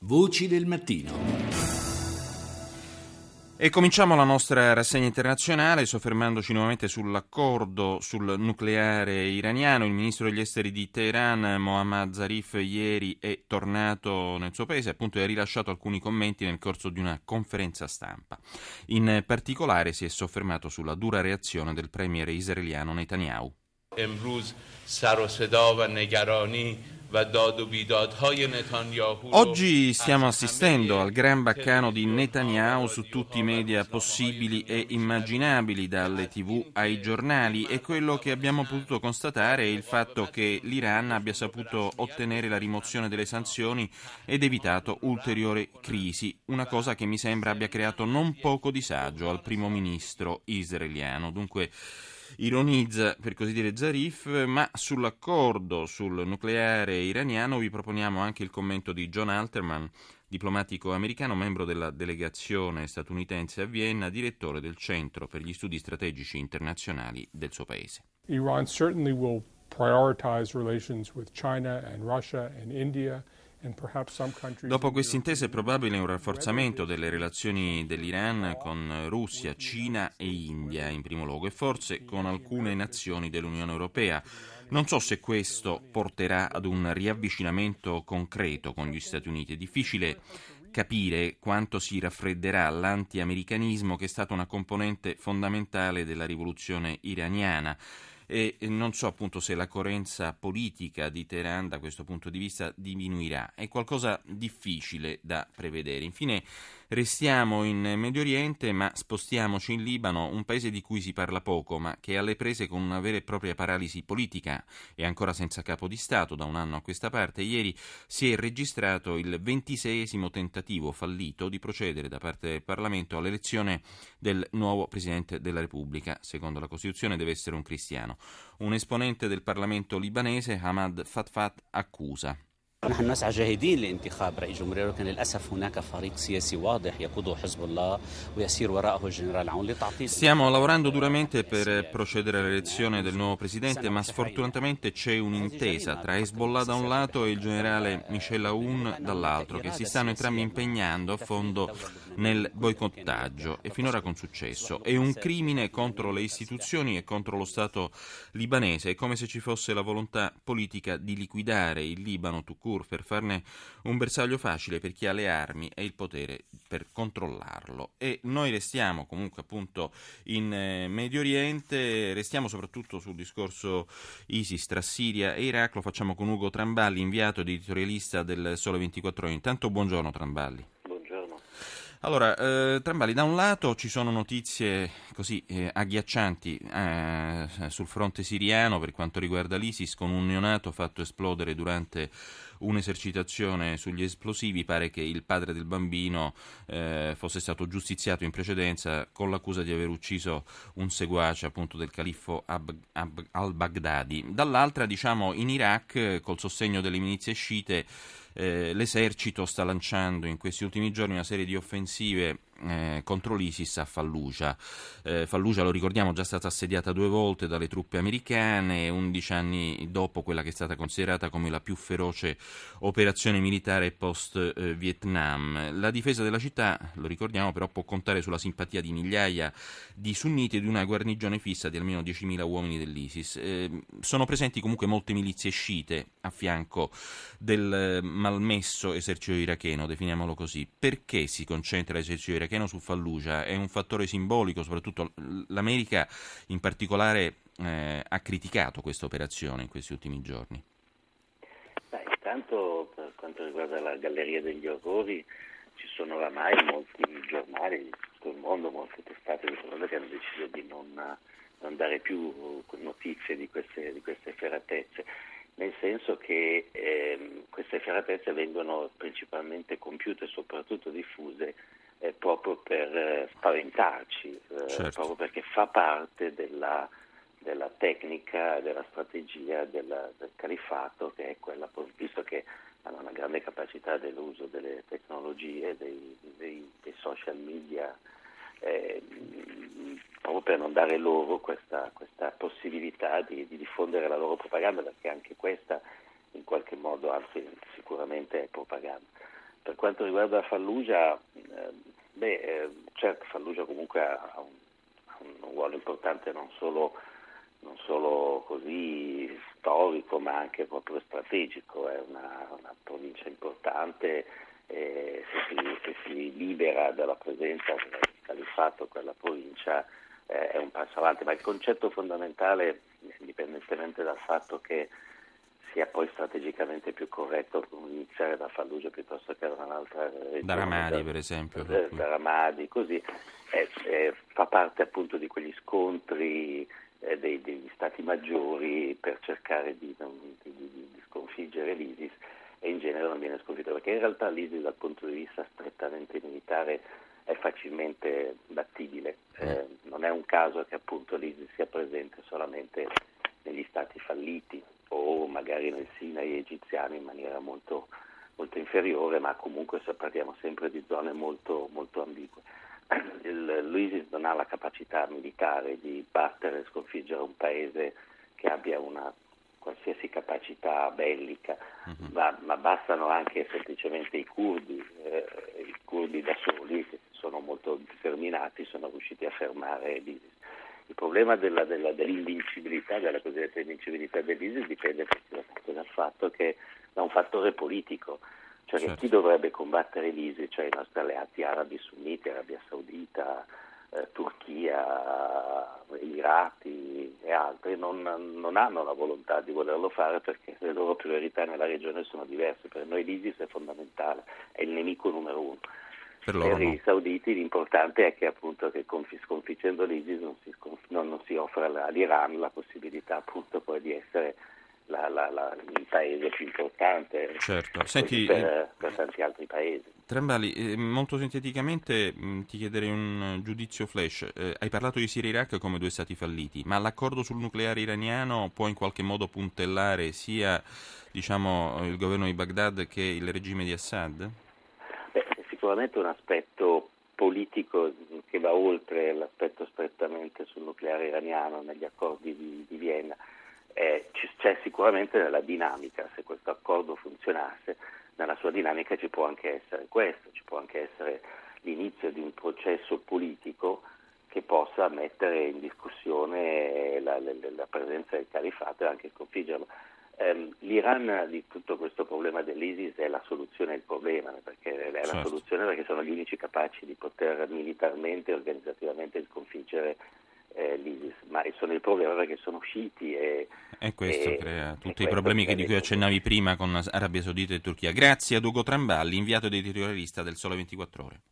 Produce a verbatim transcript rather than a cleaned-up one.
Voci del mattino. E cominciamo la nostra rassegna internazionale soffermandoci nuovamente sull'accordo sul nucleare iraniano. Il ministro degli esteri di Teheran, Mohammad Zarif, ieri è tornato nel suo paese, appunto, e ha rilasciato alcuni commenti nel corso di una conferenza stampa. In particolare si è soffermato sulla dura reazione del premier israeliano Netanyahu. امروز سر و صدا و نگرانی و داد و بیدادهای نتانیاهو. Oggi stiamo assistendo al gran baccano di Netanyahu su tutti i media possibili e immaginabili, dalle tivù ai giornali, e quello che abbiamo potuto constatare è il fatto che l'Iran abbia saputo ottenere la rimozione delle sanzioni ed evitato ulteriori crisi, una cosa che mi sembra abbia creato non poco disagio al primo ministro israeliano. Dunque ironizza, per così dire, Zarif, ma sull'accordo sul nucleare iraniano vi proponiamo anche il commento di John Alterman, diplomatico americano, membro della delegazione statunitense a Vienna, direttore del Centro per gli Studi Strategici Internazionali del suo paese. Iran certainly will prioritize relations with China and Russia and India. Dopo questa intesa è probabile un rafforzamento delle relazioni dell'Iran con Russia, Cina e India in primo luogo, e forse con alcune nazioni dell'Unione Europea. Non so se questo porterà ad un riavvicinamento concreto con gli Stati Uniti. È difficile capire quanto si raffredderà l'anti-americanismo, che è stata una componente fondamentale della rivoluzione iraniana. E non so appunto se la coerenza politica di Teheran da questo punto di vista diminuirà. È qualcosa difficile da prevedere. Infine restiamo in Medio Oriente, ma spostiamoci in Libano, un paese di cui si parla poco, ma che è alle prese con una vera e propria paralisi politica e ancora senza capo di Stato da un anno a questa parte. Ieri si è registrato il ventiseiesimo tentativo fallito di procedere da parte del Parlamento all'elezione del nuovo Presidente della Repubblica. Secondo la Costituzione deve essere un cristiano. Un esponente del Parlamento libanese, Hamad Fatfat, accusa. نحن نسعى جاهدين لانتخاب رئيس جمهورية، ولكن للأسف هناك فريق سياسي واضح يقوده حزب الله ويسير وراءه الجنرال عون لتعطيل. Stiamo lavorando duramente per procedere all'elezione del nuovo presidente, ma sfortunatamente c'è un'intesa tra Hezbollah da un lato e il generale Michel Aoun dall'altro, che si stanno entrambi impegnando a fondo nel boicottaggio, e finora con successo. È un crimine contro le istituzioni e contro lo Stato libanese. È come se ci fosse la volontà politica di liquidare il Libano tout court, per farne un bersaglio facile per chi ha le armi e il potere per controllarlo. E noi restiamo comunque appunto in eh, Medio Oriente, restiamo soprattutto sul discorso ISIS tra Siria e Iraq. Lo facciamo con Ugo Tramballi, inviato ed editorialista del Sole ventiquattro Ore. Intanto buongiorno Tramballi. Allora, eh, Tramballi, da un lato ci sono notizie così eh, agghiaccianti eh, sul fronte siriano per quanto riguarda l'ISIS, con un neonato fatto esplodere durante un'esercitazione sugli esplosivi. Pare che il padre del bambino eh, fosse stato giustiziato in precedenza con l'accusa di aver ucciso un seguace appunto del califfo Ab- Ab- al-Baghdadi. Dall'altra, diciamo, in Iraq, col sostegno delle milizie sciite, Eh, l'esercito sta lanciando in questi ultimi giorni una serie di offensive eh, contro l'ISIS a Fallujah. Eh, Fallujah, lo ricordiamo, è già stata assediata due volte dalle truppe americane, undici anni dopo quella che è stata considerata come la più feroce operazione militare post-Vietnam. La difesa della città, lo ricordiamo, però può contare sulla simpatia di migliaia di sunniti e di una guarnigione fissa di almeno diecimila uomini dell'ISIS. Eh, sono presenti comunque molte milizie sciite a fianco del malmesso esercito iracheno, definiamolo così. Perché si concentra l'esercito iracheno su Fallujah? È un fattore simbolico, soprattutto l'America in particolare eh, ha criticato questa operazione in questi ultimi giorni. Beh, intanto per quanto riguarda la Galleria degli Orrori ci sono oramai molti giornali di tutto il mondo, molte testate di colore che hanno deciso di non, non dare più notizie di queste, di queste efferatezze, nel senso che eh, queste efferatezze vengono principalmente compiute e soprattutto diffuse eh, proprio per eh, spaventarci, eh, certo. proprio perché fa parte della, della tecnica, della strategia della, del califfato, che è quella, visto che hanno una grande capacità dell'uso delle tecnologie, dei, dei, dei social media, eh, proprio per non dare loro questa, questa possibilità di, di diffondere la loro propaganda, perché anche questa in qualche modo, anzi sicuramente è propaganda. per quanto riguarda Fallujah, eh, beh, eh, certo Fallujah comunque ha un, ha un ruolo importante non solo, non solo così storico ma anche proprio strategico, è una, una provincia importante, eh, se, si, se si libera dalla presenza del califfato quella provincia eh, è un passo avanti, ma il concetto fondamentale, indipendentemente dal fatto che sia poi strategicamente più corretto iniziare da Fallujah piuttosto che da un'altra regione, da Ramadi per esempio, da, da Ramadi, così è, è, fa parte appunto di quegli scontri eh, dei, degli stati maggiori per cercare di, di, di, di sconfiggere l'ISIS, e in genere non viene sconfitto, perché in realtà l'ISIS dal punto di vista strettamente militare è facilmente battibile, eh, non è un caso che appunto l'ISIS sia presente solamente negli stati falliti o magari nel Sinai egiziano in maniera molto, molto inferiore, ma comunque parliamo sempre di zone molto, molto ambigue. Il, L'ISIS non ha la capacità militare di battere e sconfiggere un paese che abbia una qualsiasi capacità bellica, uh-huh. ma, ma bastano anche semplicemente i curdi, eh, i curdi da soli, che sono molto determinati, sono riusciti a fermare l'ISIS. Il problema della, della, dell'invincibilità, della cosiddetta invincibilità dell'ISIS dipende effettivamente dal fatto che da un fattore politico, cioè certo. che chi dovrebbe combattere l'ISIS, cioè i nostri alleati arabi sunniti, Arabia Saudita, eh, Turchia, Emirati e altri, non, non hanno la volontà di volerlo fare perché le loro priorità nella regione sono diverse. Per noi l'ISIS è fondamentale, è il nemico numero uno. Per, per no. i sauditi l'importante è che appunto che sconfiggendo l'ISIS non si, non, non si offre all'Iran la possibilità appunto poi di essere la, la, la, il paese più importante, certo. Senti, per, per tanti altri paesi. Trembali, eh, molto sinteticamente mh, ti chiederei un giudizio flash. Eh, hai parlato di Siria e Iraq come due stati falliti, ma l'accordo sul nucleare iraniano può in qualche modo puntellare sia diciamo, il governo di Baghdad che il regime di Assad? Beh, è sicuramente un aspetto politico che va oltre l'aspetto strettamente sul nucleare iraniano negli accordi di, di Vienna. Eh, c'è sicuramente nella dinamica, se questo accordo funzionasse, nella sua dinamica ci può anche essere questo, ci può anche essere l'inizio di un processo politico che possa mettere in discussione la, la, la presenza del califfato e anche sconfiggerlo. Eh, L'Iran di tutto questo problema dell'ISIS è la soluzione al problema, perché è la certo. soluzione perché sono gli unici capaci di poter militarmente e organizzativamente sconfiggere eh, l'ISIS, ma sono il problema perché sono sciiti e, e questo e, crea tutti e i problemi che, di cui questo accennavi prima con Arabia Saudita e Turchia. Grazie ad Ugo Tramballi, inviato editorialista del Sole ventiquattro Ore.